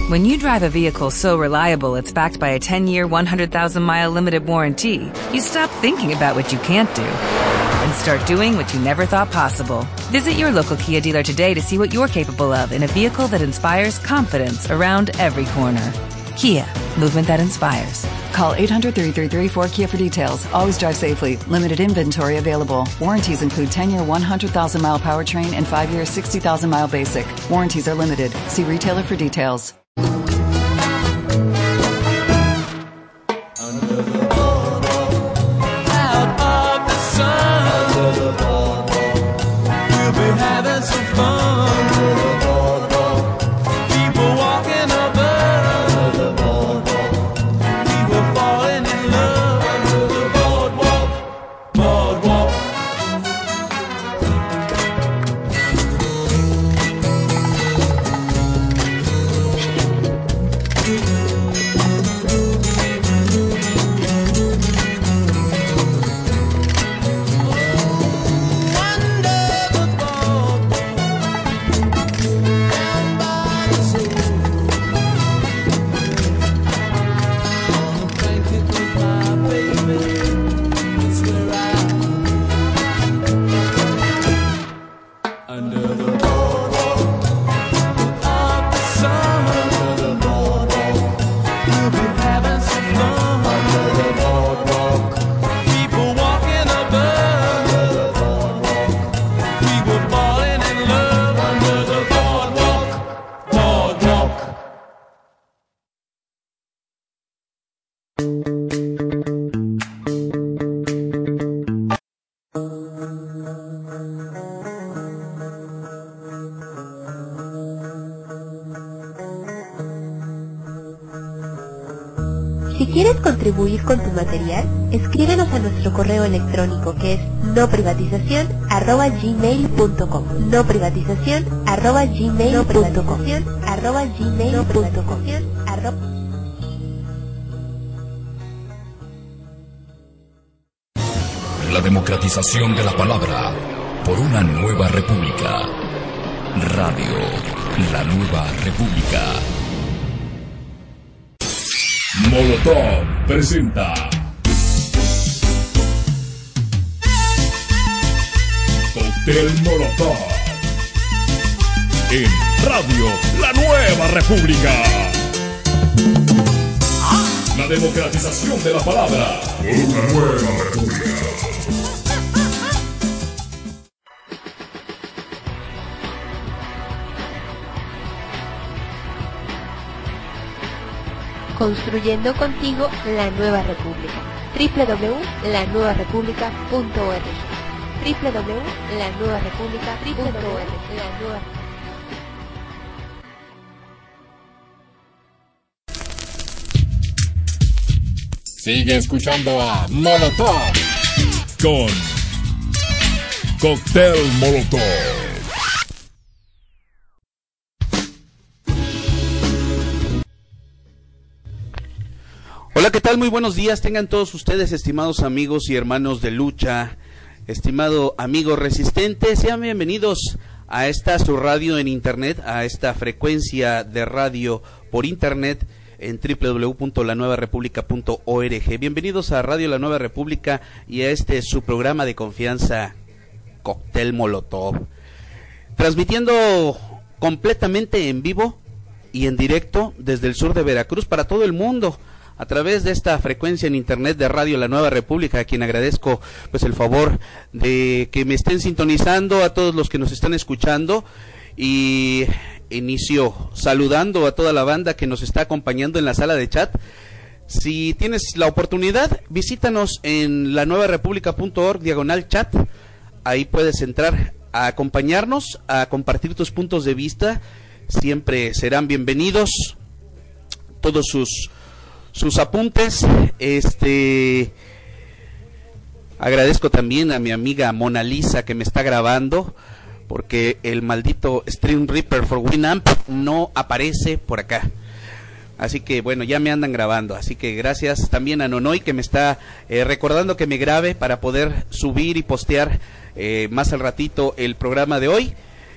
When you drive a vehicle so reliable it's backed by a 10-year, 100,000-mile limited warranty, you stop thinking about what you can't do and start doing what you never thought possible. Visit your local Kia dealer today to see what you're capable of in a vehicle that inspires confidence around every corner. Kia, movement that inspires. Call 800-3334-KIA for details. Always drive safely. Limited inventory available. Warranties include 10-year, 100,000-mile powertrain and 5-year, 60,000-mile basic. Warranties are limited. See retailer for details. Si quieres contribuir con tu material, escríbenos a nuestro correo electrónico que es noprivatizacion@gmail.com. noprivatizacion@gmail.com. La democratización de la palabra por una nueva república. Radio La Nueva República. Molotov presenta Cóctel Molotov en Radio La Nueva República. La democratización de la palabra por una nueva república. Construyendo contigo la nueva república. www.lanuevarepublica.org. www.lanuevarepublica.org. Sigue escuchando a Molotov con Cóctel Molotov. Hola, ¿qué tal? Muy buenos días, tengan todos ustedes, estimados amigos y hermanos de lucha, estimado amigo resistente, sean bienvenidos a esta su radio en internet, a esta frecuencia de radio por internet en www.lanuevarepublica.org. Bienvenidos a Radio La Nueva República y a este su programa de confianza, Cóctel Molotov, transmitiendo completamente en vivo y en directo desde el sur de Veracruz para todo el mundo, a través de esta frecuencia en internet de Radio La Nueva República, a quien agradezco pues el favor de que me estén sintonizando, a todos los que nos están escuchando, y inicio saludando a toda la banda que nos está acompañando en la sala de chat. Si tienes la oportunidad, visítanos en lanuevarepublica.org/chat, ahí puedes entrar a acompañarnos, a compartir tus puntos de vista, siempre serán bienvenidos todos sus apuntes. Agradezco también a mi amiga Mona Lisa que me está grabando, porque el maldito Stream Reaper for Winamp no aparece por acá. Así que bueno, ya me andan grabando, así que gracias también a Nonoy que me está recordando que me grabe para poder subir y postear más al ratito el programa de hoy.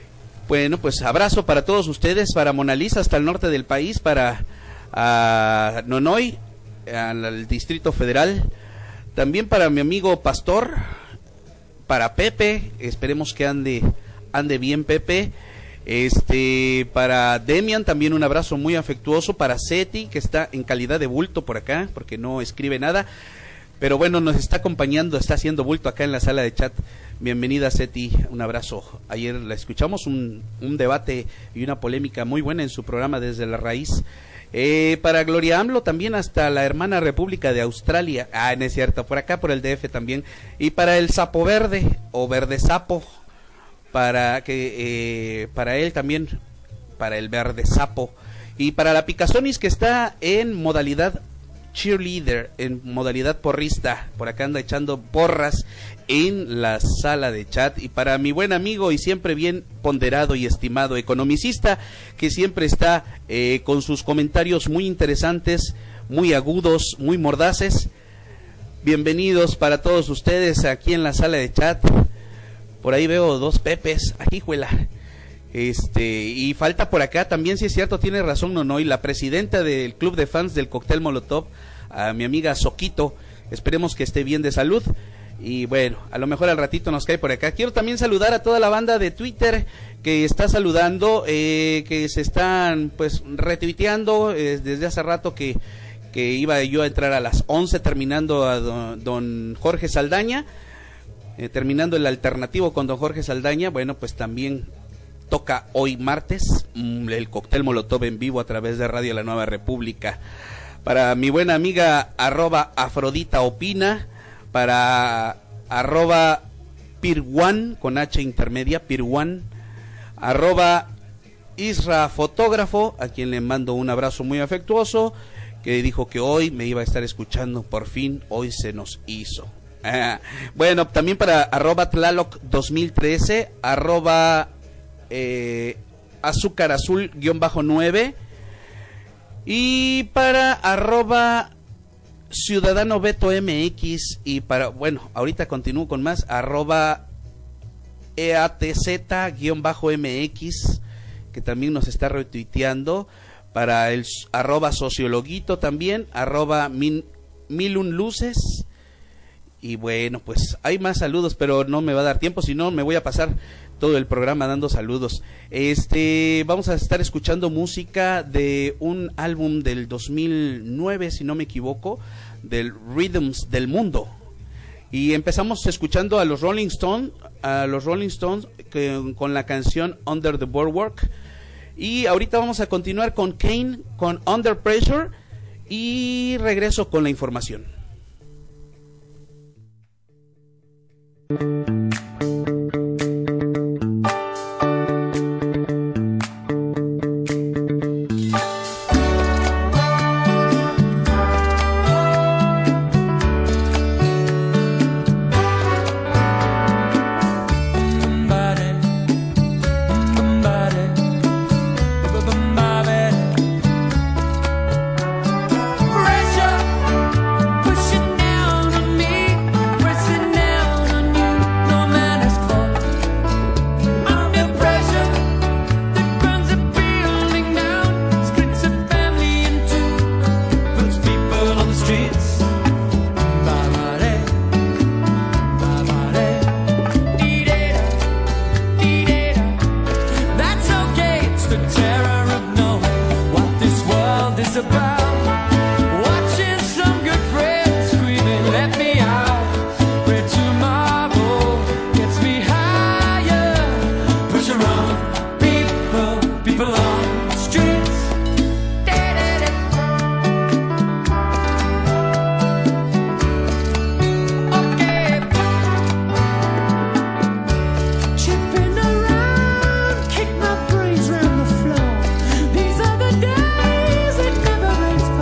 Bueno, pues abrazo para todos ustedes, para Mona Lisa hasta el norte del país, para Nonoy, al Distrito Federal, también para mi amigo Pastor, para Pepe, esperemos que ande bien Pepe, para Demian también un abrazo muy afectuoso, para Seti, que está en calidad de bulto por acá, porque no escribe nada, pero bueno, nos está acompañando, está haciendo bulto acá en la sala de chat. Bienvenida Seti, un abrazo. Ayer la escuchamos, un debate y una polémica muy buena en su programa Desde la Raíz. Para Gloria AMLO también hasta la hermana República de Australia, no es cierto, por acá por el DF también. Y para el Sapo Verde o Verde Sapo, para él también, para el Verde Sapo. Y para la Picasonis, que está en modalidad cheerleader, en modalidad porrista, por acá anda echando porras en la sala de chat. Y para mi buen amigo y siempre bien ponderado y estimado economicista, que siempre está con sus comentarios muy interesantes, muy agudos, muy mordaces. Bienvenidos para todos ustedes aquí en la sala de chat. Por ahí veo dos Pepes, ajíjuela. Y falta por acá también, si es cierto, tiene razón Nonoy, la presidenta del club de fans del Cóctel Molotov, a mi amiga Soquito, esperemos que esté bien de salud. Y bueno, a lo mejor al ratito nos cae por acá. Quiero también saludar a toda la banda de Twitter que está saludando, que se están pues retuiteando desde hace rato que iba yo a entrar a las 11 terminando a don Jorge Saldaña, terminando el alternativo con don Jorge Saldaña. Bueno, pues también toca hoy martes el Cóctel Molotov en vivo a través de Radio La Nueva República. Para mi buena amiga @Afrodita Opina, para @Pirwan con H intermedia, Pirwan, @Isra Fotógrafo, a quien le mando un abrazo muy afectuoso, que dijo que hoy me iba a estar escuchando, por fin, hoy se nos hizo. Bueno, también para @Tlaloc 2013, Azúcar Azul _9, y para Ciudadano Beto MX, y para, bueno, ahorita continúo con más, EATZ_MX, que también nos está retuiteando, para el @Sociologuito también, @Milunluces. Y bueno, pues hay más saludos, pero no me va a dar tiempo, si no me voy a pasar todo el programa dando saludos. Vamos a estar escuchando música de un álbum del 2009, si no me equivoco, del Rhythms del Mundo. Y empezamos escuchando a los Rolling Stones, con la canción Under the Boardwalk. Y ahorita vamos a continuar con Kane, con Under Pressure, y regreso con la información. These are the days that never rains.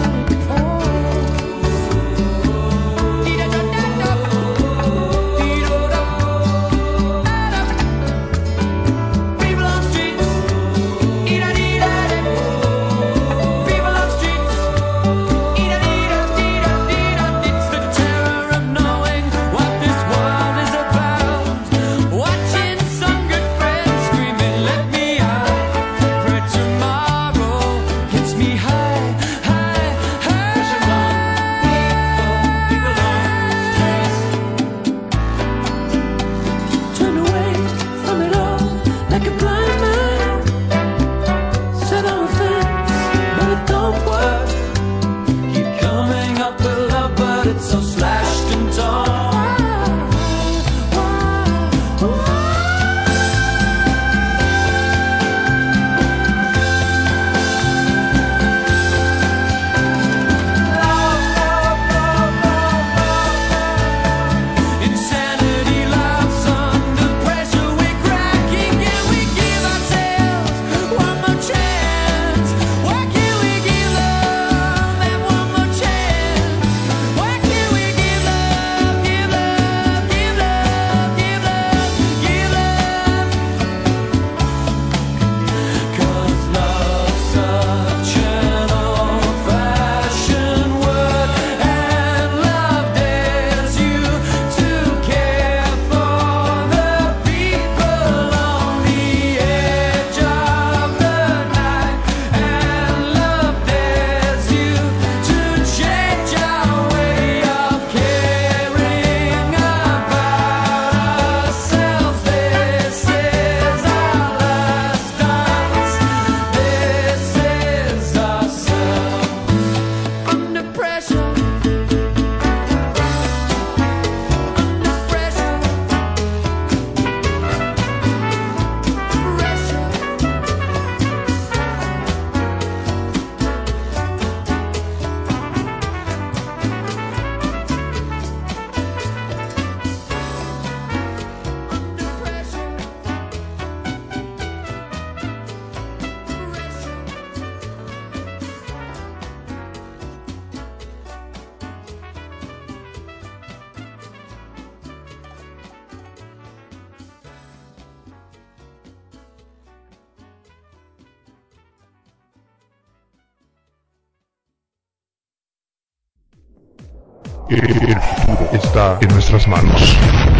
El futuro está en nuestras manos.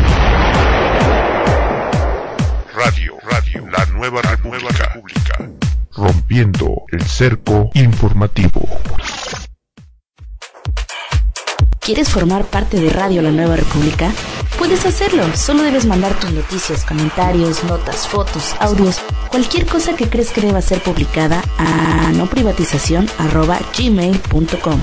Radio, la nueva república. Rompiendo el cerco informativo. ¿Quieres formar parte de Radio La Nueva República? Puedes hacerlo, solo debes mandar tus noticias, comentarios, notas, fotos, audios, cualquier cosa que crees que deba ser publicada a noprivatizacion@gmail.com.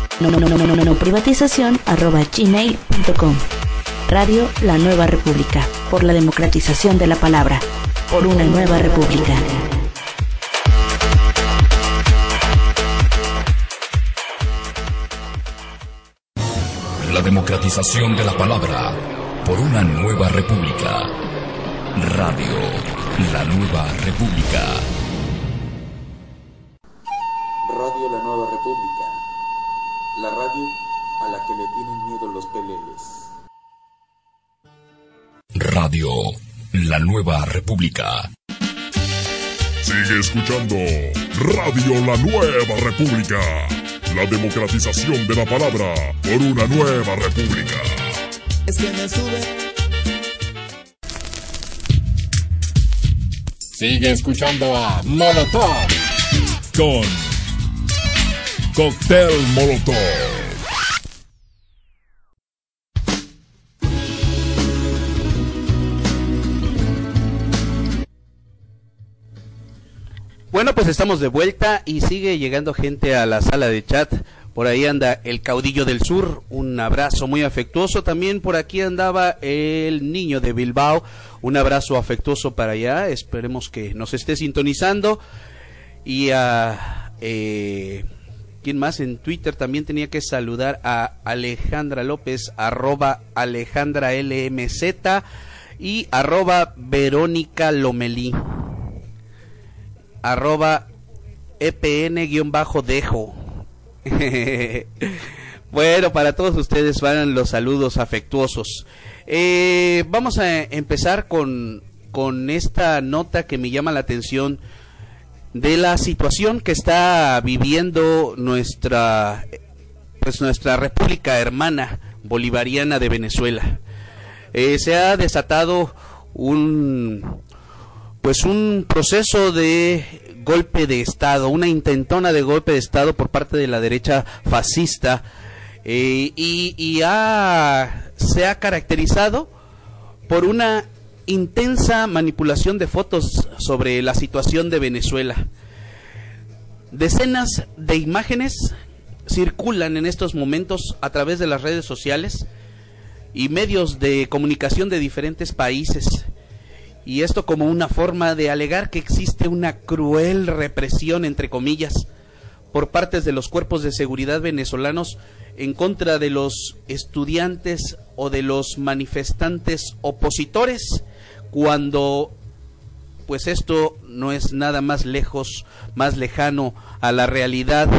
noprivatizacion@gmail.com. Radio La Nueva República, por la democratización de la palabra, por una nueva república. La democratización de la palabra por una nueva república. Radio La Nueva República. Radio La Nueva República. La radio a la que le tienen miedo los peleles. Radio La Nueva República. Sigue escuchando Radio La Nueva República. La democratización de la palabra por una nueva república. Es que me sube. Sigue escuchando a Molotov con Cóctel Molotov. Bueno, pues estamos de vuelta y sigue llegando gente a la sala de chat. Por ahí anda el Caudillo del Sur, un abrazo muy afectuoso. También por aquí andaba el Niño de Bilbao, un abrazo afectuoso para allá. Esperemos que nos esté sintonizando. Y a ¿quién más? En Twitter también tenía que saludar a Alejandra López, @AlejandraLMZ y @Verónica Lomelí. @EPN_dejo. Bueno, para todos ustedes van los saludos afectuosos. Vamos a empezar con esta nota que me llama la atención de la situación que está viviendo nuestra República Hermana Bolivariana de Venezuela. Se ha desatado un proceso de golpe de Estado, una intentona de golpe de Estado por parte de la derecha fascista, se ha caracterizado por una intensa manipulación de fotos sobre la situación de Venezuela. Decenas de imágenes circulan en estos momentos a través de las redes sociales y medios de comunicación de diferentes países. Y esto como una forma de alegar que existe una cruel represión, entre comillas, por partes de los cuerpos de seguridad venezolanos en contra de los estudiantes o de los manifestantes opositores, cuando pues esto no es nada más lejano a la realidad.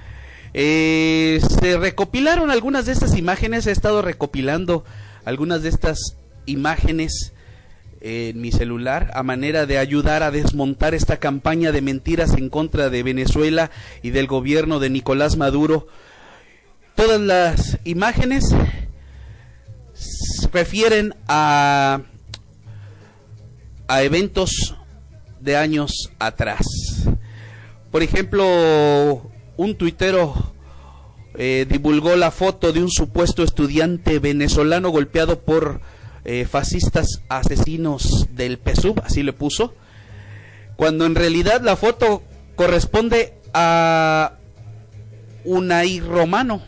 Se recopilaron algunas de estas imágenes, he estado recopilando algunas de estas imágenes en mi celular a manera de ayudar a desmontar esta campaña de mentiras en contra de Venezuela y del gobierno de Nicolás Maduro. Todas las imágenes se refieren a eventos de años atrás. Por ejemplo, un tuitero divulgó la foto de un supuesto estudiante venezolano golpeado por fascistas asesinos del PSUV, así le puso, cuando en realidad la foto corresponde a Unai Romano,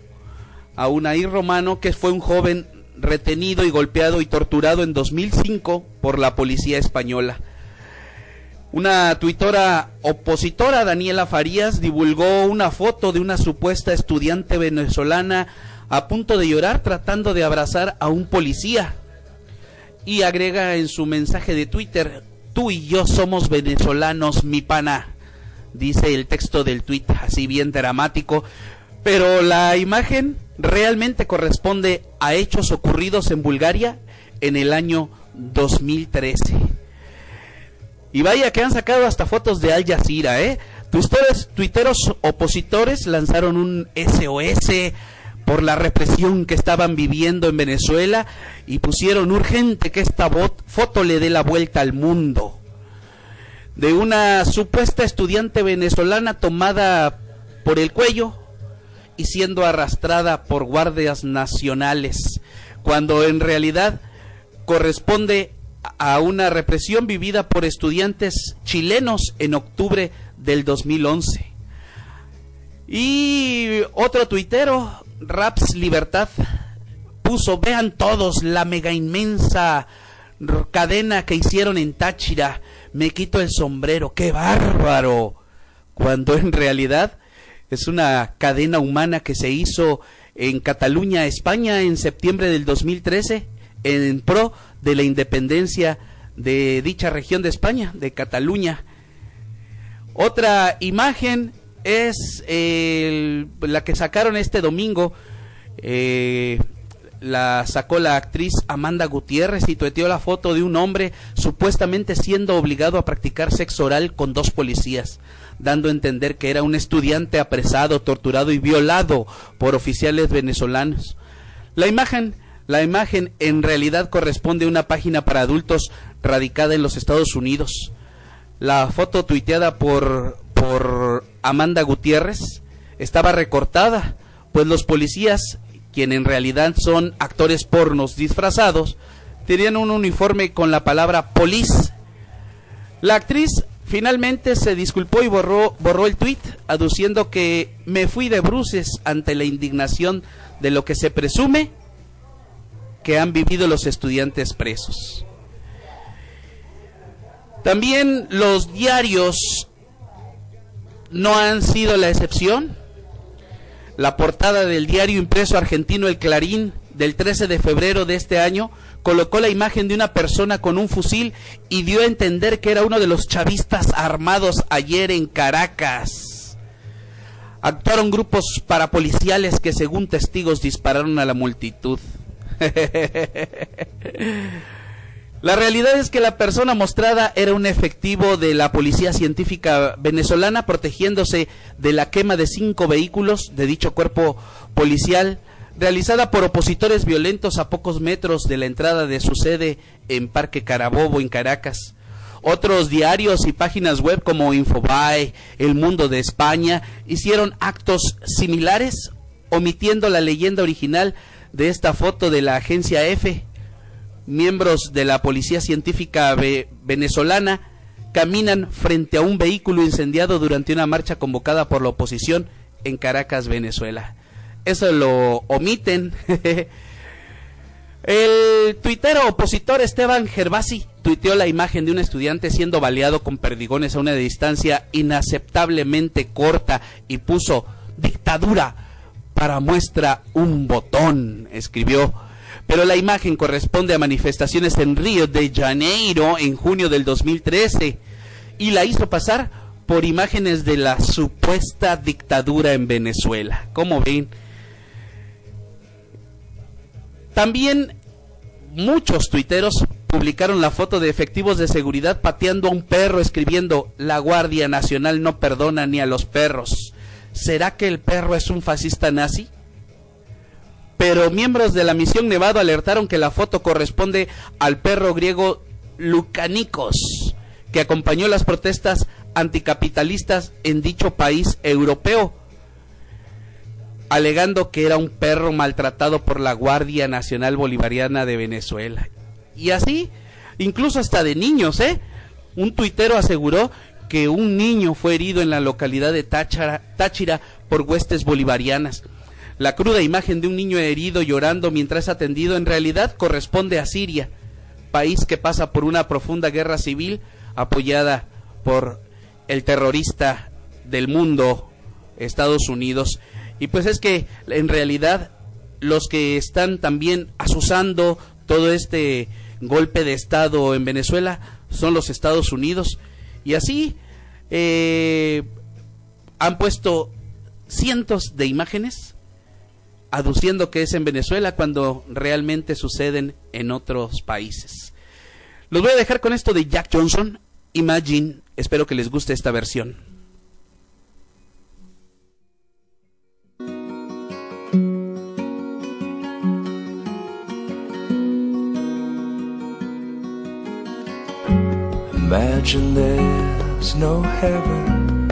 que fue un joven retenido y golpeado y torturado en 2005 por la policía española. Una tuitora opositora, Daniela Farías, divulgó una foto de una supuesta estudiante venezolana a punto de llorar tratando de abrazar a un policía, y agrega en su mensaje de Twitter: tú y yo somos venezolanos, mi pana, dice el texto del tuit, así bien dramático, pero la imagen realmente corresponde a hechos ocurridos en Bulgaria en el año 2013. Y vaya que han sacado hasta fotos de Al Jazeera, tuiteros opositores lanzaron un SOS por la represión que estaban viviendo en Venezuela y pusieron urgente que esta foto le dé la vuelta al mundo, de una supuesta estudiante venezolana tomada por el cuello y siendo arrastrada por guardias nacionales, cuando en realidad corresponde a una represión vivida por estudiantes chilenos en octubre del 2011. Y otro tuitero, Raps Libertad, puso: vean todos la mega inmensa cadena que hicieron en Táchira, me quito el sombrero, ¡qué bárbaro! Cuando en realidad es una cadena humana que se hizo en Cataluña, España, en septiembre del 2013, en pro de la independencia de dicha región de España, de Cataluña. Otra imagen es la que sacaron este domingo, la sacó la actriz Amanda Gutiérrez y tuiteó la foto de un hombre supuestamente siendo obligado a practicar sexo oral con 2 policías, dando a entender que era un estudiante apresado, torturado y violado por oficiales venezolanos. La imagen en realidad corresponde a una página para adultos radicada en los Estados Unidos. La foto tuiteada por Amanda Gutiérrez estaba recortada, pues los policías, quien en realidad son actores pornos disfrazados, tenían un uniforme con la palabra police. La actriz finalmente se disculpó y borró el tuit, aduciendo que me fui de bruces ante la indignación de lo que se presume que han vivido los estudiantes presos. También los diarios no han sido la excepción. La portada del diario impreso argentino El Clarín del 13 de febrero de este año colocó la imagen de una persona con un fusil y dio a entender que era uno de los chavistas armados ayer en Caracas. Actuaron grupos parapoliciales que, según testigos, dispararon a la multitud. La realidad es que la persona mostrada era un efectivo de la Policía Científica venezolana, protegiéndose de la quema de 5 vehículos de dicho cuerpo policial, realizada por opositores violentos a pocos metros de la entrada de su sede en Parque Carabobo, en Caracas. Otros diarios y páginas web como Infobae, El Mundo de España, hicieron actos similares, omitiendo la leyenda original de esta foto de la agencia EFE. Miembros de la Policía Científica venezolana caminan frente a un vehículo incendiado durante una marcha convocada por la oposición en Caracas, Venezuela. Eso lo omiten. El tuitero opositor Esteban Gervasi tuiteó la imagen de un estudiante siendo baleado con perdigones a una distancia inaceptablemente corta y puso: dictadura, para muestra un botón, escribió. Pero la imagen corresponde a manifestaciones en Río de Janeiro en junio del 2013 y la hizo pasar por imágenes de la supuesta dictadura en Venezuela. ¿Cómo ven? También muchos tuiteros publicaron la foto de efectivos de seguridad pateando a un perro, escribiendo: la Guardia Nacional no perdona ni a los perros. ¿Será que el perro es un fascista nazi? Pero miembros de la Misión Nevado alertaron que la foto corresponde al perro griego Lucanicos, que acompañó las protestas anticapitalistas en dicho país europeo, alegando que era un perro maltratado por la Guardia Nacional Bolivariana de Venezuela. Y así, incluso hasta de niños, Un tuitero aseguró que un niño fue herido en la localidad de Táchira por huestes bolivarianas. La cruda imagen de un niño herido llorando mientras es atendido en realidad corresponde a Siria, país que pasa por una profunda guerra civil apoyada por el terrorista del mundo, Estados Unidos. Y pues es que en realidad los que están también azuzando todo este golpe de Estado en Venezuela son los Estados Unidos. Y así han puesto cientos de imágenes aduciendo que es en Venezuela cuando realmente suceden en otros países. Los voy a dejar con esto de Jack Johnson, Imagine. Espero que les guste esta versión. Imagine there's no heaven.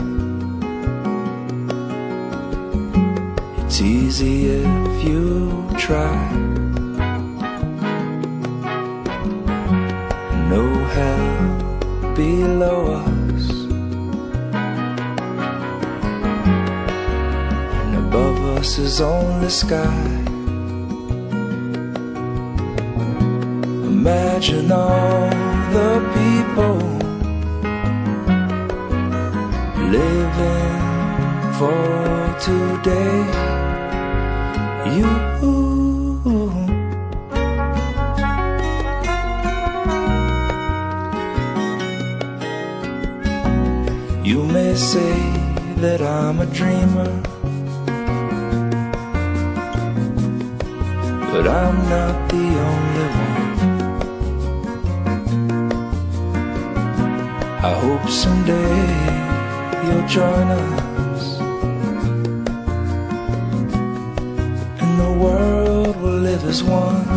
It's easy if you try. No hell below us, and above us is only sky. Imagine all the people living for today. You may say that I'm a dreamer, but I'm not the only one. I hope someday you'll join us, and the world will live as one.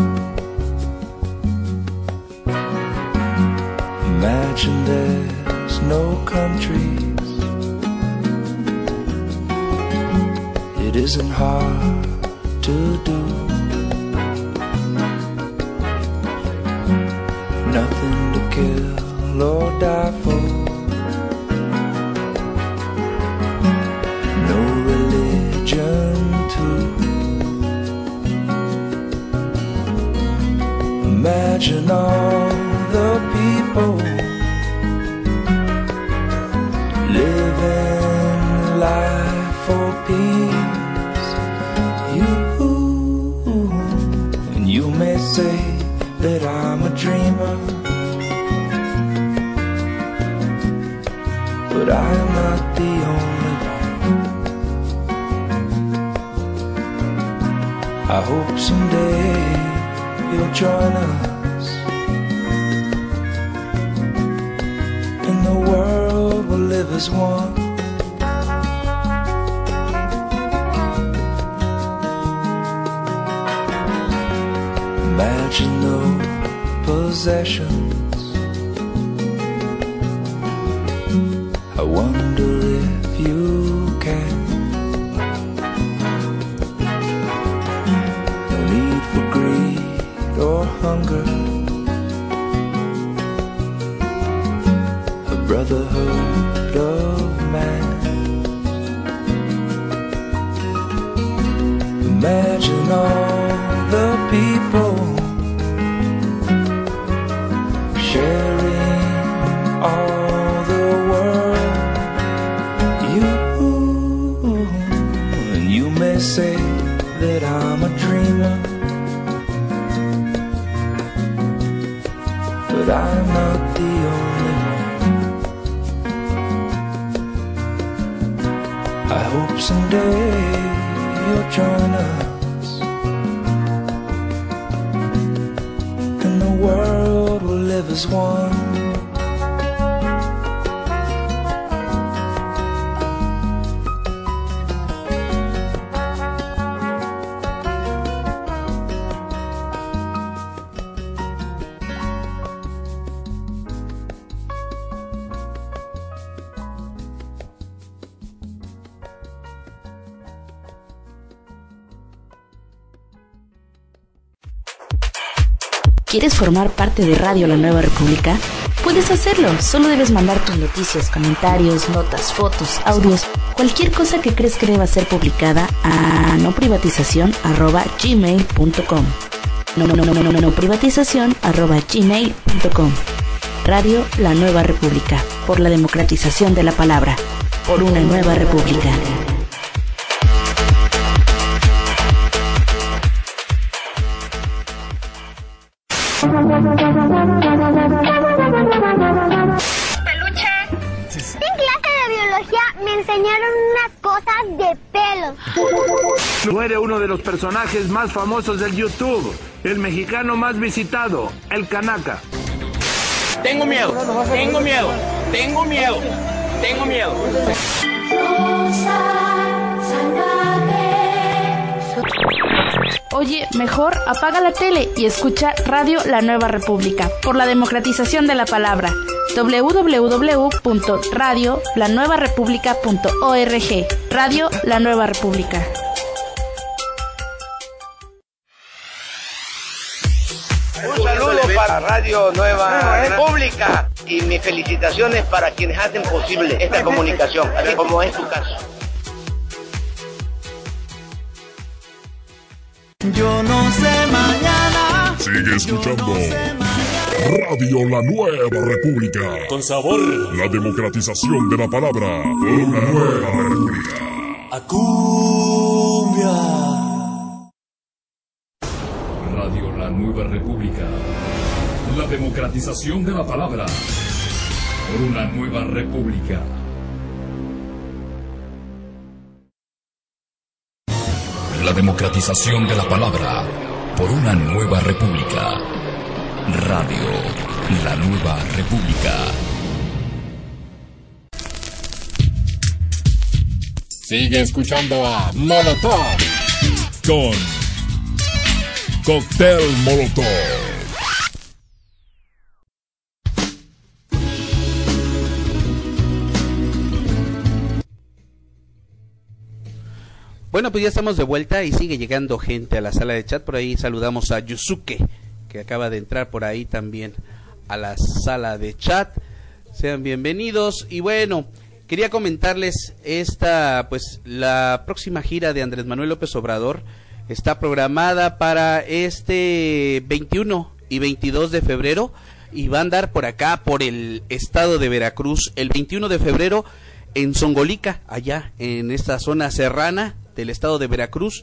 Imagine there's no countries. It isn't hard to do. Nothing to kill or die for. No religion too. Imagine all the people living life for peace. And you may say that I'm a dreamer, but I'm not the only one. I hope someday you'll join us, and the world will live as one. Imagine no possessions. I wonder if you can. No need for greed or hunger. A brotherhood of man. Imagine all the people sharing all the world. And you may say that I'm a dreamer, but I'm not the only one. I hope someday you'll join us, and the world will live as one. ¿Quieres formar parte de Radio La Nueva República? Puedes hacerlo, solo debes mandar tus noticias, comentarios, notas, fotos, audios, cualquier cosa que crees que deba ser publicada a noprivatizacion@gmail.com. noprivatizacion@gmail.com. Radio La Nueva República, por la democratización de la palabra, por una nueva república. Peluche. En clase de biología me enseñaron unas cosas de pelos. Muere uno de los personajes más famosos del YouTube, el mexicano más visitado, el Canaca. Tengo miedo, tengo miedo, tengo miedo, tengo miedo. Oye, mejor apaga la tele y escucha Radio La Nueva República, por la democratización de la palabra. www.radiolanuevarepublica.org. Radio La Nueva República. Un saludo para Radio Nueva República y mis felicitaciones para quienes hacen posible esta comunicación, así como es su caso. Yo no sé mañana. Sigue escuchando Radio La Nueva República. Con sabor. La democratización de la palabra por una nueva república. A cumbia. Radio La Nueva República. La democratización de la palabra por una nueva república. La democratización de la palabra por una nueva república. Radio La Nueva República. Sigue escuchando a Molotov con Cóctel Molotov. Bueno, pues ya estamos de vuelta y sigue llegando gente a la sala de chat. Por ahí saludamos a Yusuke, que acaba de entrar por ahí también a la sala de chat. Sean bienvenidos. Y bueno, quería comentarles la próxima gira de Andrés Manuel López Obrador está programada para este 21 y 22 de febrero y va a andar por acá, por el estado de Veracruz. El 21 de febrero en Zongolica, allá en esta zona serrana del estado de Veracruz,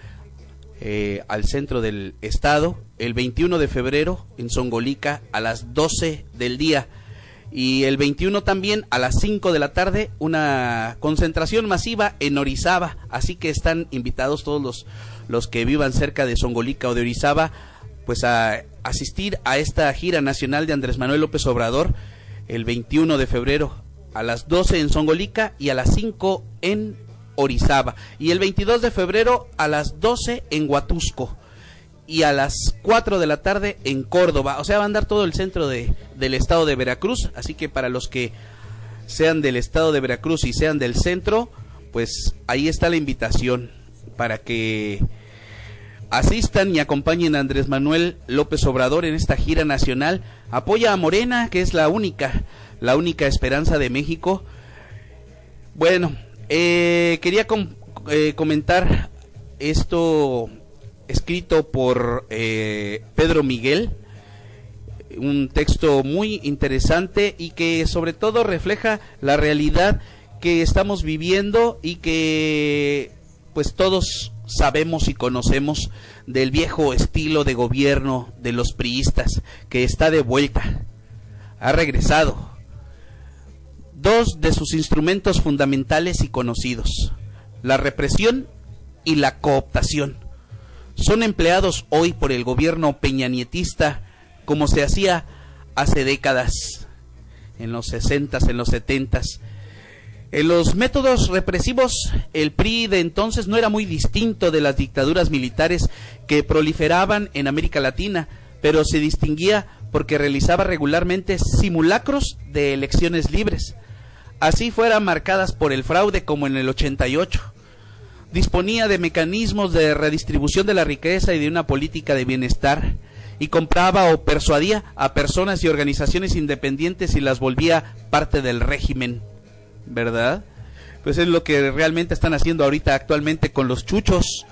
al centro del estado. El 21 de febrero en Zongolica a las 12 del día y el 21 también a las 5 de la tarde una concentración masiva en Orizaba, así que están invitados todos los que vivan cerca de Zongolica o de Orizaba pues a asistir a esta gira nacional de Andrés Manuel López Obrador el 21 de febrero a las 12 en Zongolica y a las 5 en Orizaba, y el 22 de febrero a las 12 en Huatusco y a las 4 de la tarde en Córdoba. O sea, va a andar todo el centro del estado de Veracruz, así que para los que sean del estado de Veracruz y sean del centro, pues ahí está la invitación para que asistan y acompañen a Andrés Manuel López Obrador en esta gira nacional. Apoya a Morena, que es la única esperanza de México. Bueno, quería comentar esto escrito por Pedro Miguel, un texto muy interesante y que sobre todo refleja la realidad que estamos viviendo y que pues todos sabemos y conocemos del viejo estilo de gobierno de los priistas, que está de vuelta, ha regresado. Dos de sus instrumentos fundamentales y conocidos, la represión y la cooptación, son empleados hoy por el gobierno peñanietista como se hacía hace décadas, en los 60s, en los 70s. En los métodos represivos, el PRI de entonces no era muy distinto de las dictaduras militares que proliferaban en América Latina, pero se distinguía porque realizaba regularmente simulacros de elecciones libres, así fueran marcadas por el fraude como en el 88. Disponía de mecanismos de redistribución de la riqueza y de una política de bienestar, y compraba o persuadía a personas y organizaciones independientes y las volvía parte del régimen, ¿verdad? Pues es lo que realmente están haciendo ahorita actualmente con los chuchos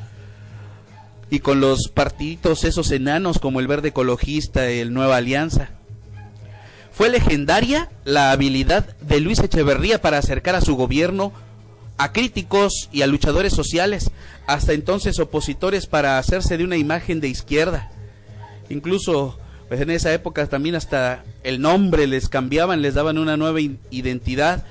y con los partiditos esos enanos como el Verde Ecologista y el Nueva Alianza. Fue legendaria la habilidad de Luis Echeverría para acercar a su gobierno a críticos y a luchadores sociales, hasta entonces opositores, para hacerse de una imagen de izquierda. Incluso pues en esa época también hasta el nombre les cambiaban, les daban una nueva identidad,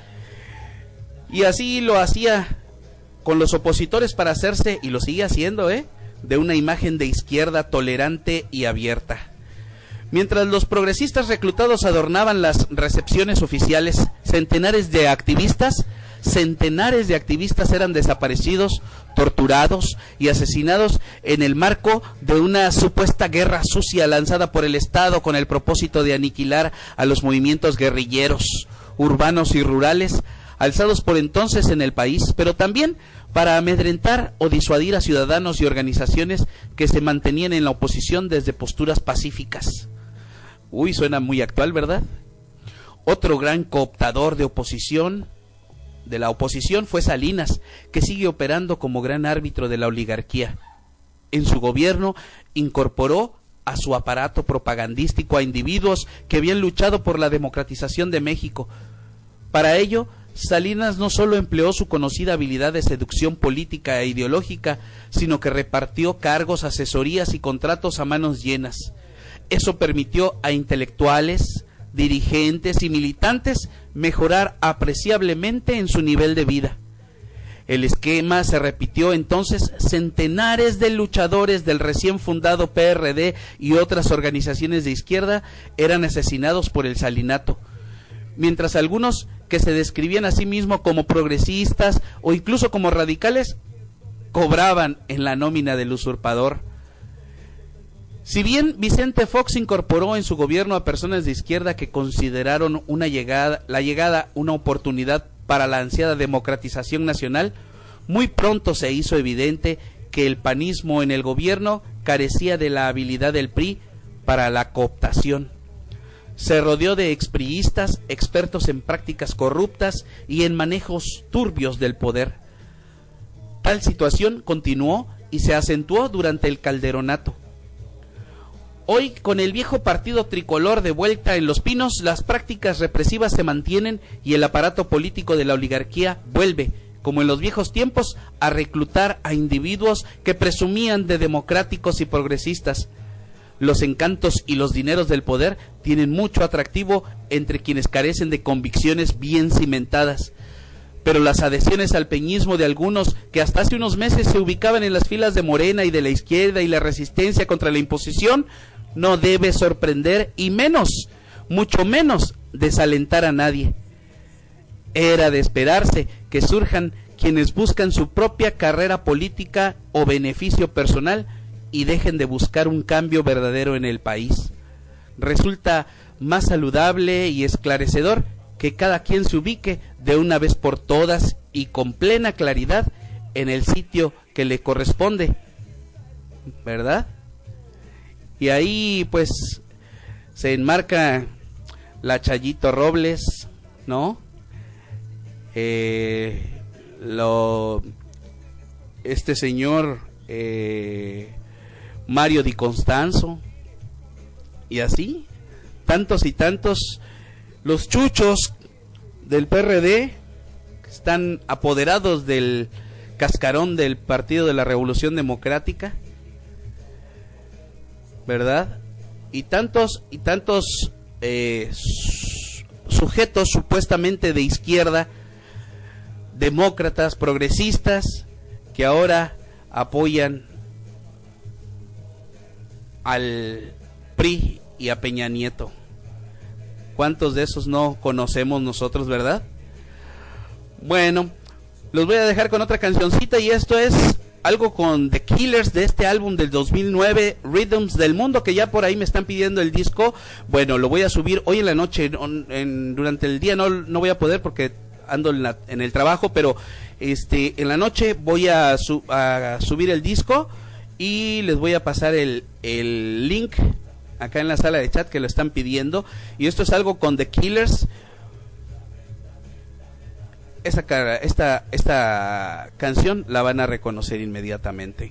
y así lo hacía con los opositores para hacerse, y lo sigue haciendo, de una imagen de izquierda tolerante y abierta. Mientras los progresistas reclutados adornaban las recepciones oficiales, centenares de activistas centenares de activistas eran desaparecidos, torturados y asesinados en el marco de una supuesta guerra sucia lanzada por el Estado con el propósito de aniquilar a los movimientos guerrilleros, urbanos y rurales, alzados por entonces en el país, pero también para amedrentar o disuadir a ciudadanos y organizaciones que se mantenían en la oposición desde posturas pacíficas. Uy, suena muy actual, ¿verdad? Otro gran cooptador de la oposición fue Salinas, que sigue operando como gran árbitro de la oligarquía. En su gobierno incorporó a su aparato propagandístico a individuos que habían luchado por la democratización de México. Para ello, Salinas no solo empleó su conocida habilidad de seducción política e ideológica, sino que repartió cargos, asesorías y contratos a manos llenas. Eso permitió a intelectuales, dirigentes y militantes mejorar apreciablemente en su nivel de vida. El esquema se repitió entonces. Centenares de luchadores del recién fundado PRD y otras organizaciones de izquierda eran asesinados por el salinato, mientras algunos que se describían a sí mismos como progresistas o incluso como radicales cobraban en la nómina del usurpador. Si bien Vicente Fox incorporó en su gobierno a personas de izquierda que consideraron la llegada una oportunidad para la ansiada democratización nacional, muy pronto se hizo evidente que el panismo en el gobierno carecía de la habilidad del PRI para la cooptación. Se rodeó de expriistas, expertos en prácticas corruptas y en manejos turbios del poder. Tal situación continuó y se acentuó durante el Calderonato. Hoy, con el viejo partido tricolor de vuelta en Los Pinos, las prácticas represivas se mantienen y el aparato político de la oligarquía vuelve, como en los viejos tiempos, a reclutar a individuos que presumían de democráticos y progresistas. Los encantos y los dineros del poder tienen mucho atractivo entre quienes carecen de convicciones bien cimentadas. Pero las adhesiones al peñismo de algunos que hasta hace unos meses se ubicaban en las filas de Morena y de la izquierda y la resistencia contra la imposición no debe sorprender y menos, mucho menos, desalentar a nadie. Era de esperarse que surjan quienes buscan su propia carrera política o beneficio personal y dejen de buscar un cambio verdadero en el país. Resulta más saludable y esclarecedor que cada quien se ubique de una vez por todas y con plena claridad en el sitio que le corresponde, ¿verdad? Y ahí pues se enmarca la Chayito Robles, ¿no? Este señor Mario Di Constanzo, y así tantos y tantos, los chuchos del PRD que están apoderados del cascarón del Partido de la Revolución Democrática, ¿verdad? Y tantos sujetos supuestamente de izquierda, demócratas, progresistas, que ahora apoyan al PRI y a Peña Nieto. ¿Cuántos de esos no conocemos nosotros, verdad? Bueno, los voy a dejar con otra cancioncita, y esto es algo con The Killers de este álbum del 2009, Rhythms del Mundo, que ya por ahí me están pidiendo el disco. Bueno, lo voy a subir hoy en la noche, durante el día no voy a poder porque ando en el trabajo, pero en la noche voy a subir el disco y les voy a pasar el link acá en la sala de chat que lo están pidiendo. Y esto es algo con The Killers. Esta canción la van a reconocer inmediatamente.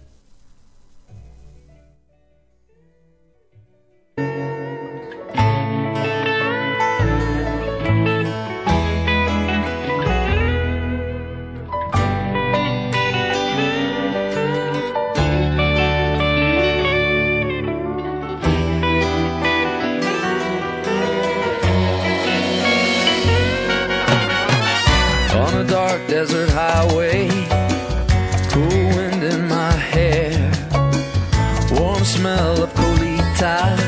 Dark desert highway, cool wind in my hair, warm smell of colitas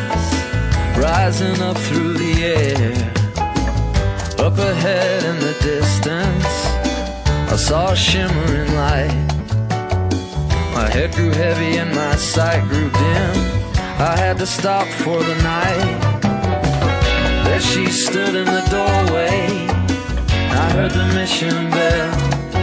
rising up through the air. Up ahead in the distance, saw a shimmering light. My head grew heavy and my sight grew dim. I had to stop for the night. There she stood in the doorway. I heard the mission bell,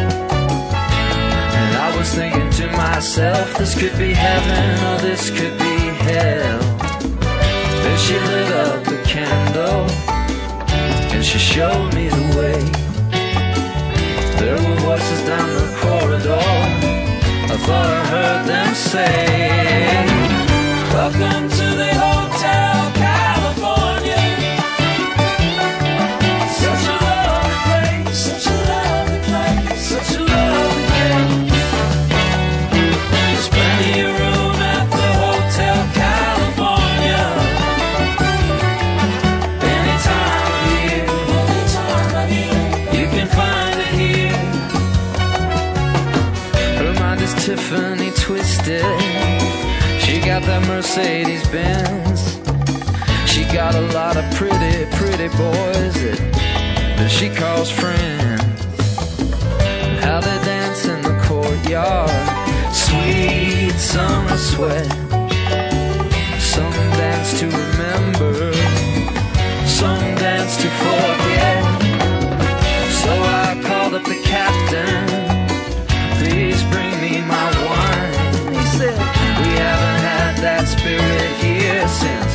and I was thinking to myself, this could be heaven or this could be hell. Then she lit up a candle and she showed me the way. There were voices down the corridor. I thought I heard them say, welcome to the Hotel California. Such a lovely place, such a lovely place, such a lovely place. There's plenty of room at the Hotel California. Any time of year, you can find it here. Her mind is Tiffany twisted. She got that Mercedes Benz. She got a lot of pretty, pretty boys that she calls friends. How they dance in the courtyard, sweet summer sweat. Some dance to remember, some dance to forget. So I called up the captain, please bring me my wine. He said, we haven't had that spirit here since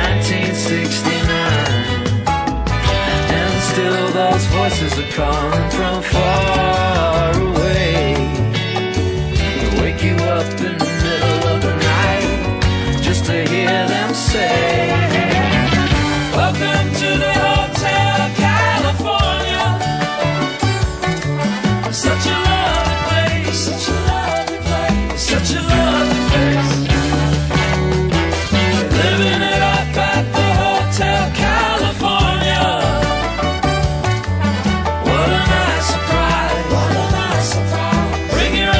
1969. And still those voices are calling from far away. They wake you up in the middle of the night just to hear them say, welcome to the Hotel California. Such a lovely place, such a lovely place, such a lovely place. Living it up at the Hotel California. What a nice surprise, what a nice surprise. Bring your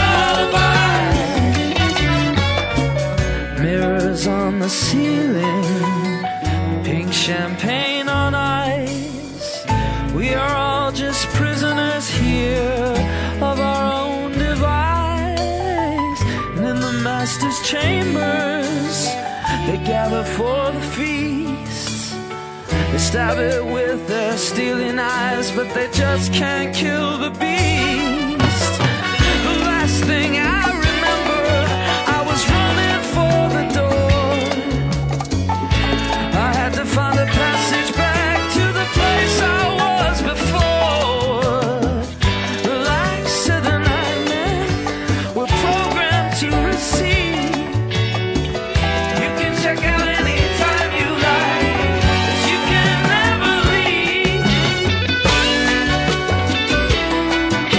alibi. Mirrors on the ceiling, pink champagne on ice. We are all just prisoners here of our own device. And in the master's chambers, they gather for the feast. They stab it with their steely knives, but they just can't kill the beast. The last thing I remember, I was running for the door. I had to find a passage back to the place I was before. Like said the nightmare, we're programmed to receive. You can check out anytime you like, but you can never leave.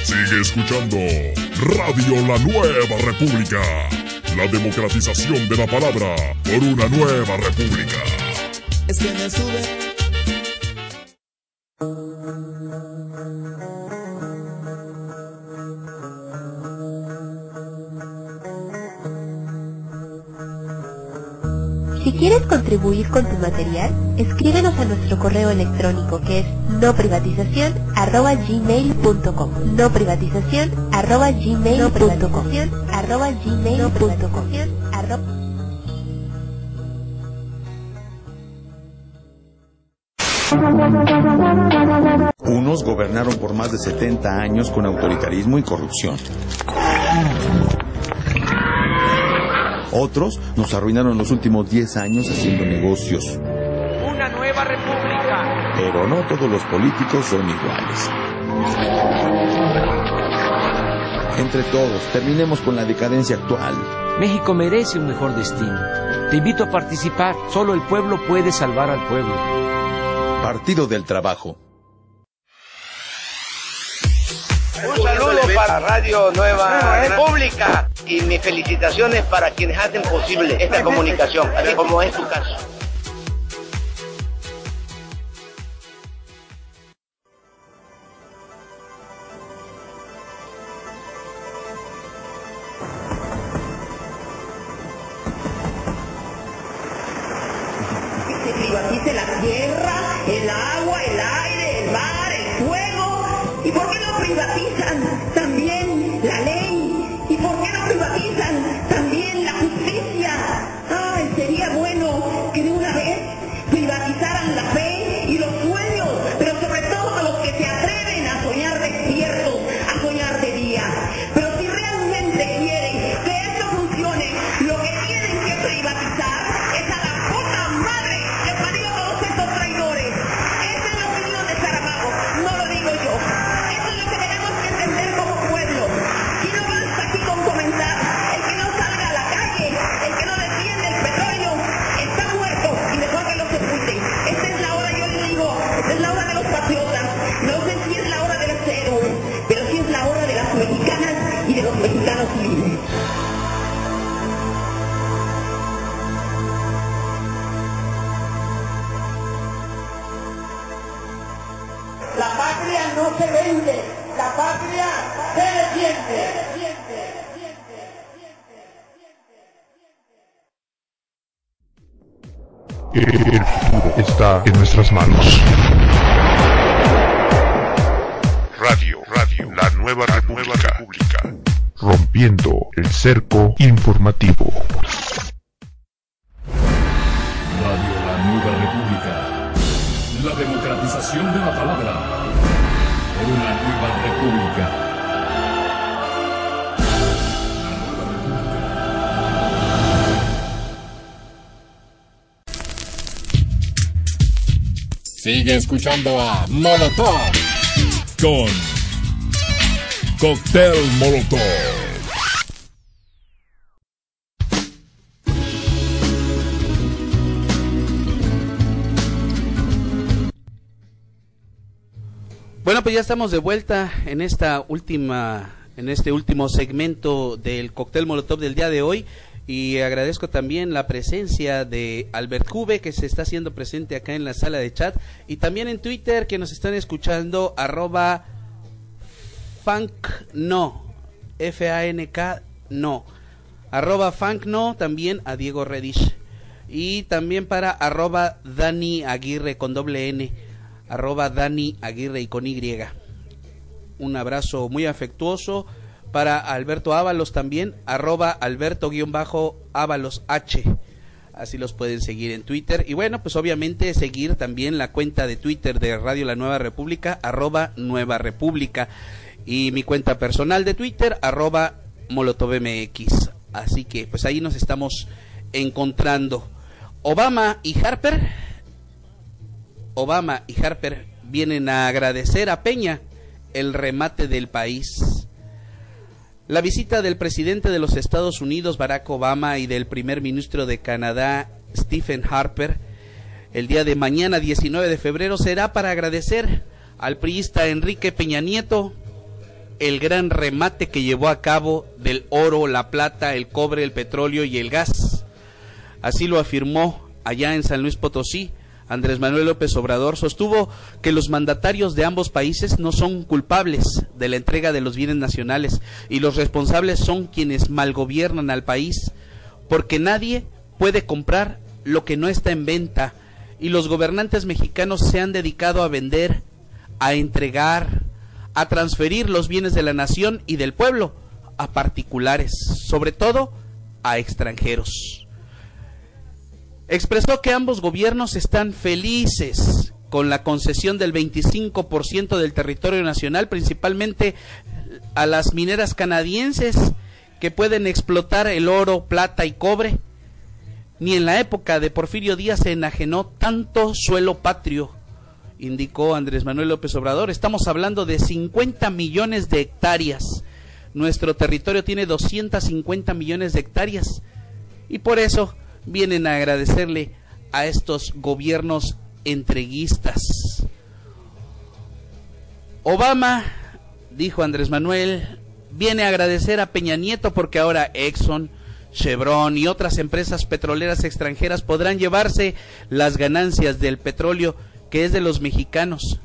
Sigue escuchando Radio La Nueva República. La democratización de la palabra por una nueva república. Es que me sube. Si quieres contribuir con tu material, escríbenos a nuestro correo electrónico que es noprivatizacion@gmail.com. noprivatizacion@gmail.com. Unos gobernaron por más de 70 años con autoritarismo y corrupción. Otros nos arruinaron los últimos 10 años haciendo negocios. Una nueva república. Pero no todos los políticos son iguales. Entre todos, terminemos con la decadencia actual. México merece un mejor destino. Te invito a participar. Solo el pueblo puede salvar al pueblo. Partido del Trabajo. Un saludo para Radio Nueva República y mis felicitaciones para quienes hacen posible esta comunicación, así como es su caso. Que se privatice la tierra, el agua, el aire, el mar, el fuego. ¿Y por qué no privatizan también la ley? ¿Y por qué no privatizan también la justicia? Ay, sería bueno que de una vez privatizaran la fe y los sueños, pero sobre todo los que se atreven a soñar despiertos, a soñar de día. Pero si realmente quieren que esto funcione, lo que tienen que privatizar es a la puta madre que parió a todos estos traidores. Esa es la opinión de Saramago, no lo digo yo. Eso es lo que tenemos que entender como pueblo. Y no basta aquí con comentar. El que no salga a la calle, el que no defiende el petróleo, está muerto y mejor que lo sepulten. Esta es la hora, yo les digo, esta es la hora de los patriotas. No sé si es la hora de los héroes, pero sí es la hora de las mexicanas y de los mexicanos libres. La patria no se vende, la patria se defiende. El futuro está en nuestras manos. Radio, la nueva república. Rompiendo el cerco informativo. Radio La Nueva República. La democratización de la palabra. Por una nueva república. Sigue escuchando a Molotov con Cóctel Molotov. Bueno, pues ya estamos de vuelta en este último segmento del Cóctel Molotov del día de hoy. Y agradezco también la presencia de Albert Cube, que se está haciendo presente acá en la sala de chat, y también en Twitter, que nos están escuchando, @funkno, FANK no, @funkno, también a Diego Redish, y también para @Dani Aguirre con N, @Dani Aguirre y con Y. Un abrazo muy afectuoso para Alberto Ábalos también, @Alberto_Ábalos H. Así los pueden seguir en Twitter. Y bueno, pues obviamente seguir también la cuenta de Twitter de Radio La Nueva República, @Nueva República. Y mi cuenta personal de Twitter, @MolotovMX. Así que pues ahí nos estamos encontrando. Obama y Harper vienen a agradecer a Peña el remate del país. La visita del presidente de los Estados Unidos, Barack Obama, y del primer ministro de Canadá, Stephen Harper, el día de mañana, 19 de febrero, será para agradecer al priista Enrique Peña Nieto el gran remate que llevó a cabo del oro, la plata, el cobre, el petróleo y el gas. Así lo afirmó allá en San Luis Potosí. Andrés Manuel López Obrador sostuvo que los mandatarios de ambos países no son culpables de la entrega de los bienes nacionales y los responsables son quienes malgobiernan al país, porque nadie puede comprar lo que no está en venta y los gobernantes mexicanos se han dedicado a vender, a entregar, a transferir los bienes de la nación y del pueblo a particulares, sobre todo a extranjeros. Expresó que ambos gobiernos están felices con la concesión del 25% del territorio nacional, principalmente a las mineras canadienses que pueden explotar el oro, plata y cobre. Ni en la época de Porfirio Díaz se enajenó tanto suelo patrio, indicó Andrés Manuel López Obrador. Estamos hablando de 50 millones de hectáreas. Nuestro territorio tiene 250 millones de hectáreas y por eso vienen a agradecerle a estos gobiernos entreguistas. Obama, dijo Andrés Manuel, viene a agradecer a Peña Nieto porque ahora Exxon, Chevron y otras empresas petroleras extranjeras podrán llevarse las ganancias del petróleo que es de los mexicanos.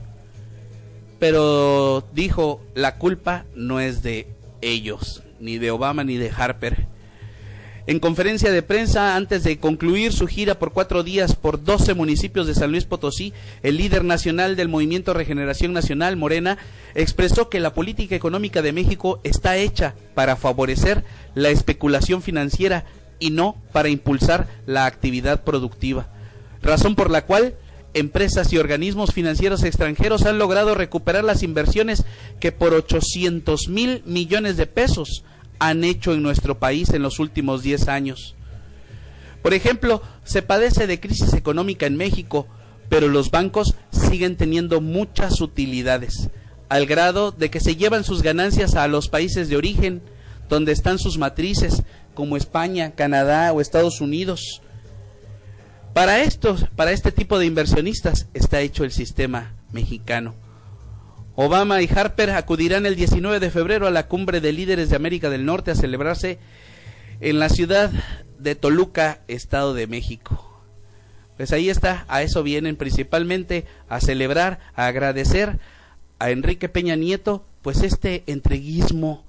Pero dijo, la culpa no es de ellos, ni de Obama ni de Harper. En conferencia de prensa, antes de concluir su gira por 4 días por 12 municipios de San Luis Potosí, el líder nacional del Movimiento Regeneración Nacional, Morena, expresó que la política económica de México está hecha para favorecer la especulación financiera y no para impulsar la actividad productiva, razón por la cual empresas y organismos financieros extranjeros han logrado recuperar las inversiones que por 800,000 millones de pesos han hecho en nuestro país en los últimos 10 años. Por ejemplo, se padece de crisis económica en México, pero los bancos siguen teniendo muchas utilidades, al grado de que se llevan sus ganancias a los países de origen, donde están sus matrices, como España, Canadá o Estados Unidos. Para este tipo de inversionistas está hecho el sistema mexicano. Obama y Harper acudirán el 19 de febrero a la cumbre de líderes de América del Norte a celebrarse en la ciudad de Toluca, Estado de México. Pues ahí está, a eso vienen principalmente, a celebrar, a agradecer a Enrique Peña Nieto, pues este entreguismo,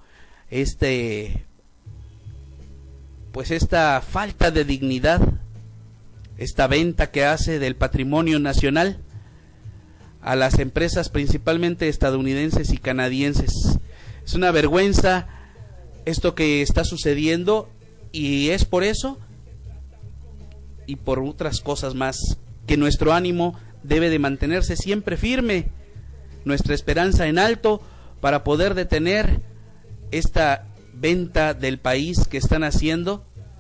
pues esta falta de dignidad, esta venta que hace del patrimonio nacional a las empresas principalmente estadounidenses y canadienses. Es una vergüenza esto que está sucediendo y es por eso y por otras cosas más que nuestro ánimo debe de mantenerse siempre firme, nuestra esperanza en alto para poder detener esta venta del país que están haciendo,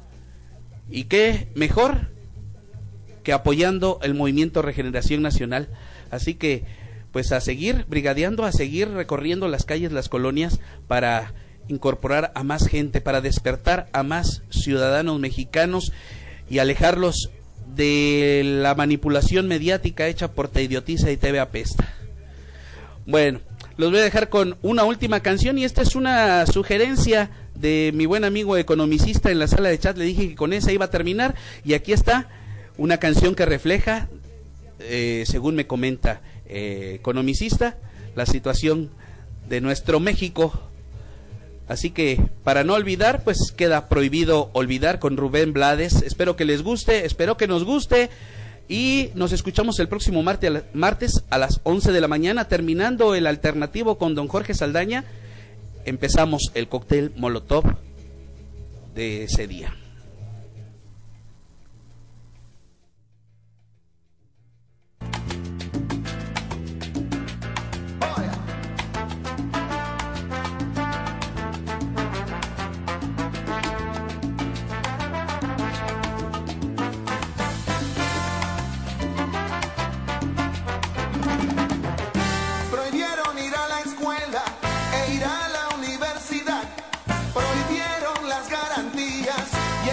y qué mejor que apoyando el Movimiento Regeneración Nacional. Así que pues a seguir brigadeando, a seguir recorriendo las calles, las colonias, para incorporar a más gente, para despertar a más ciudadanos mexicanos y alejarlos de la manipulación mediática hecha por Te Idiotiza y TV Apesta. Bueno, los voy a dejar con una última canción y esta es una sugerencia de mi buen amigo economicista en la sala de chat. Le dije que con esa iba a terminar y aquí está una canción que refleja, según me comenta economicista, la situación de nuestro México. Así que para no olvidar, pues queda prohibido olvidar con Rubén Blades. Espero que les guste, espero que nos guste y nos escuchamos el próximo martes a las 11 de la mañana, terminando el alternativo con don Jorge Saldaña. Empezamos el cóctel Molotov de ese día. Prohibieron las garantías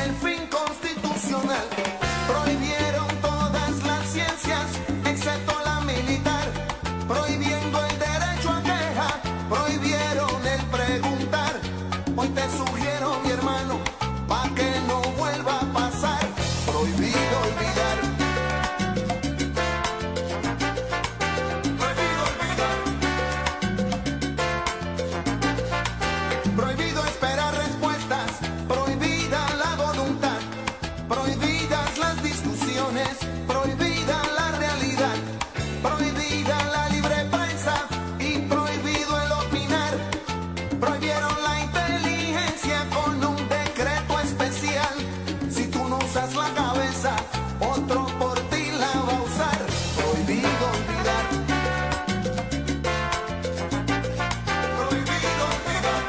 prohibidas las discusiones, prohibida la realidad, prohibida la libre prensa y prohibido el opinar. Prohibieron la inteligencia con un decreto especial. Si tú no usas la cabeza, otro por ti la va a usar. Prohibido olvidar. Prohibido olvidar.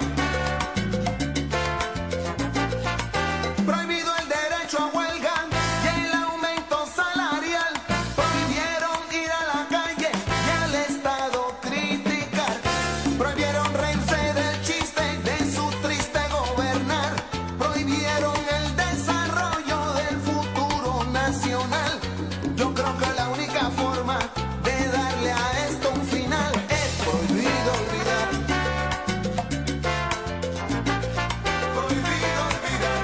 Prohibido el derecho a huelga y el aumento salarial. Prohibieron ir a la calle y al Estado criticar. Prohibieron reírse del chiste de su triste gobernar. Prohibieron el desarrollo del futuro nacional. Yo creo que la única forma de darle a esto un final es prohibido olvidar. Prohibido olvidar.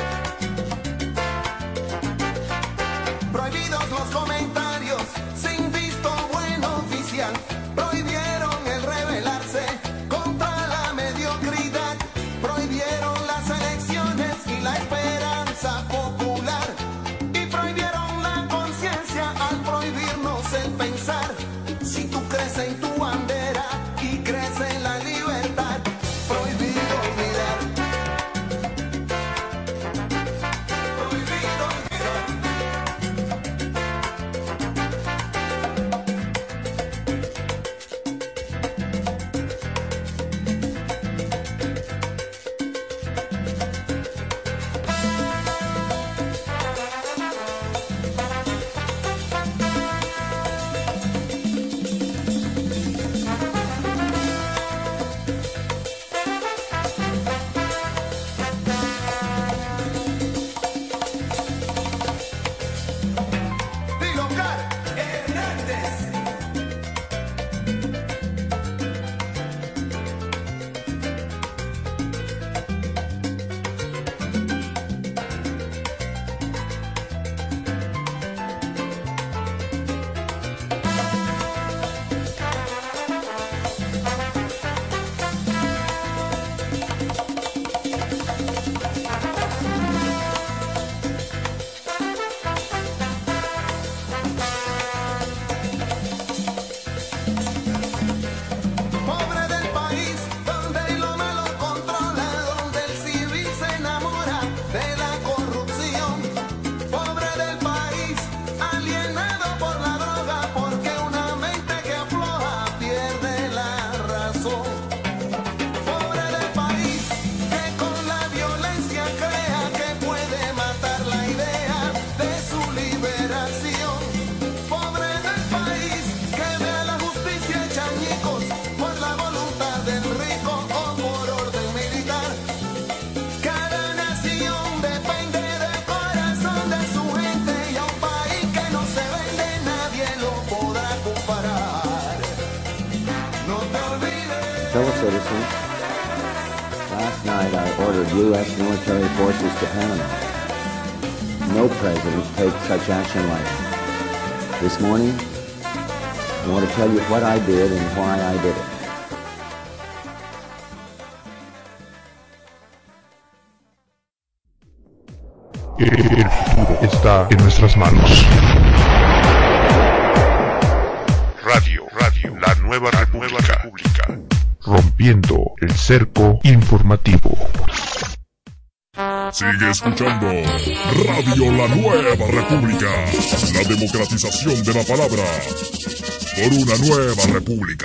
Prohibidos los comentarios sin visto bueno oficial. Prohibieron el rebelarse contra la mediocridad. Prohibieron las elecciones y la esperanza popular. Y prohibieron la conciencia al prohibirnos el pensar. Si tú crees en tu bandera y crees en la libertad, prohibido olvidar. Prohibido olvidar. Dilocar Hernández. Pobre del país donde lo malo controla, donde el civil se enamora de la corrupción. Pobre del país alienado por la droga, porque una mente que afloja pierde la razón. Pobre del país que con la violencia crea que puede matar la idea de su liberación. Pobre del país que ve a la justicia hecha añicos por la voluntad del rico o por orden militar. Cada nación depende del corazón de su gente, y a un país que no se vende nadie lo podrá comparar. No te olvides. Fellow citizens, last night I ordered U.S. military forces to Panama. No president takes such action lightly. This morning, I want to tell you what I did and why I did it. El futuro está en nuestras manos. Radio, la nueva república. Rompiendo el cerco informativo. Sigue escuchando Radio La Nueva República, la democratización de la palabra por una nueva república.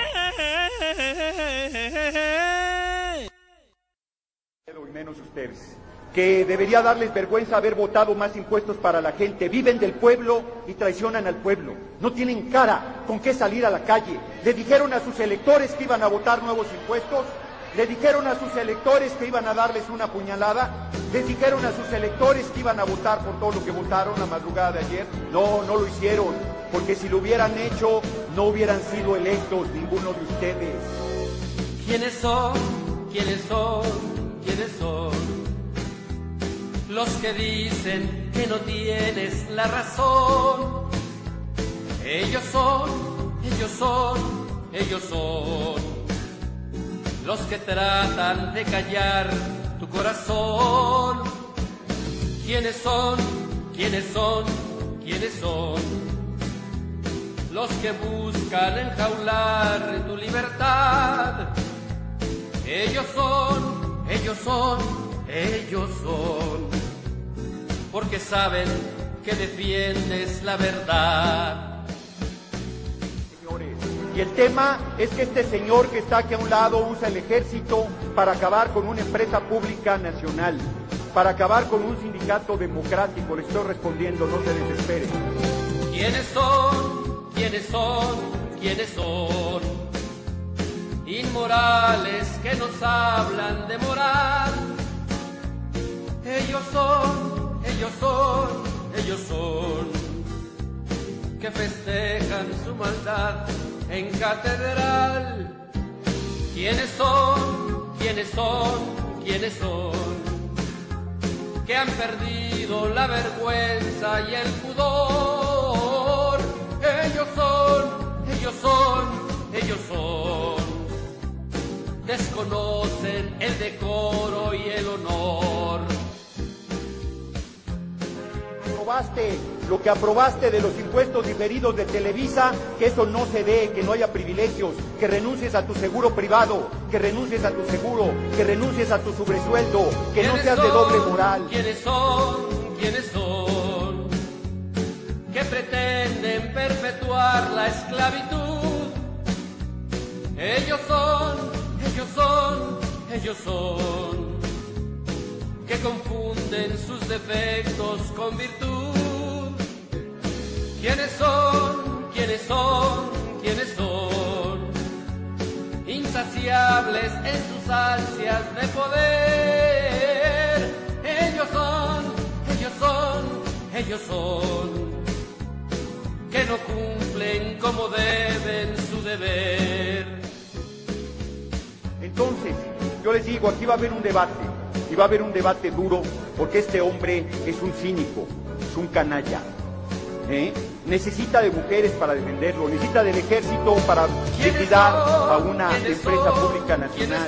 Y menos ustedes, que debería darles vergüenza haber votado más impuestos para la gente. Viven del pueblo y traicionan al pueblo. No tienen cara con qué salir a la calle. Le dijeron a sus electores que iban a votar nuevos impuestos. Le dijeron a sus electores que iban a darles una puñalada. Les dijeron a sus electores que iban a votar por todo lo que votaron la madrugada de ayer. No, no lo hicieron, porque si lo hubieran hecho, no hubieran sido electos ninguno de ustedes. ¿Quiénes son? ¿Quiénes son? ¿Quiénes son? Los que dicen que no tienes la razón. Ellos son, ellos son, ellos son los que tratan de callar tu corazón. ¿Quiénes son? ¿Quiénes son? ¿Quiénes son? Los que buscan enjaular tu libertad. Ellos son, ellos son, ellos son, porque saben que defiendes la verdad. Señores, y el tema es que este señor que está aquí a un lado usa el ejército para acabar con una empresa pública nacional, para acabar con un sindicato democrático. Le estoy respondiendo, no se desespere. ¿Quiénes son? ¿Quiénes son? ¿Quiénes son? Inmorales que nos hablan de moral. Ellos son, ellos son, ellos son, que festejan su maldad en catedral. ¿Quiénes son? ¿Quiénes son? ¿Quiénes son? Que han perdido la vergüenza y el pudor. Ellos son, ellos son, ellos son, desconocen el decoro y el honor. Lo que aprobaste de los impuestos diferidos de Televisa, que eso no se dé, que no haya privilegios, que renuncies a tu seguro privado, que renuncies a tu seguro, que renuncies a tu sobresueldo, que no seas de doble moral. ¿Quiénes son? ¿Quiénes son? Que pretenden perpetuar la esclavitud. Ellos son, ellos son, ellos son, que confunden sus defectos con virtud. ¿Quiénes son? ¿Quiénes son? ¿Quiénes son? Insaciables en sus ansias de poder. Ellos son, ellos son, ellos son, que no cumplen como deben su deber. Entonces, yo les digo, aquí va a haber un debate. Y va a haber un debate duro, porque este hombre es un cínico, es un canalla. Necesita de mujeres para defenderlo, necesita del ejército para liquidar a una empresa pública nacional.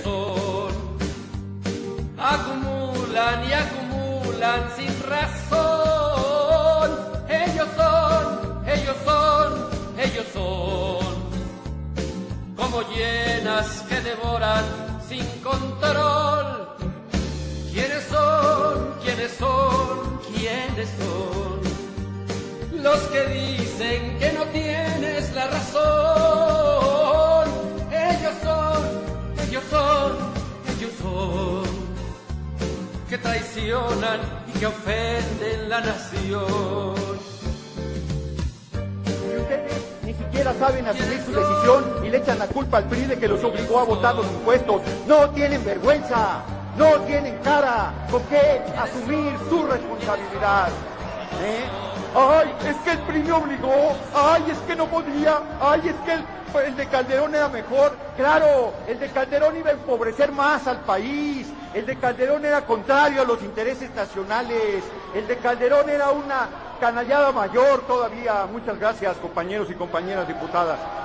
Acumulan y acumulan sin razón. Ellos son, ellos son, ellos son, como hienas que devoran sin control. ¿Quiénes son? ¿Quiénes son? ¿Quiénes son? Los que dicen que no tienes la razón. Ellos son, ellos son, ellos son, que traicionan y que ofenden la nación. Y ustedes ni siquiera saben asumir su decisión y le echan la culpa al PRI de que los obligó a votar los impuestos. No tienen vergüenza. No tienen cara con qué asumir su responsabilidad. Ay, es que el PRI me obligó. Ay, es que no podía. Ay, es que el de Calderón era mejor. Claro, el de Calderón iba a empobrecer más al país. El de Calderón era contrario a los intereses nacionales. El de Calderón era una canallada mayor todavía. Muchas gracias, compañeros y compañeras diputadas.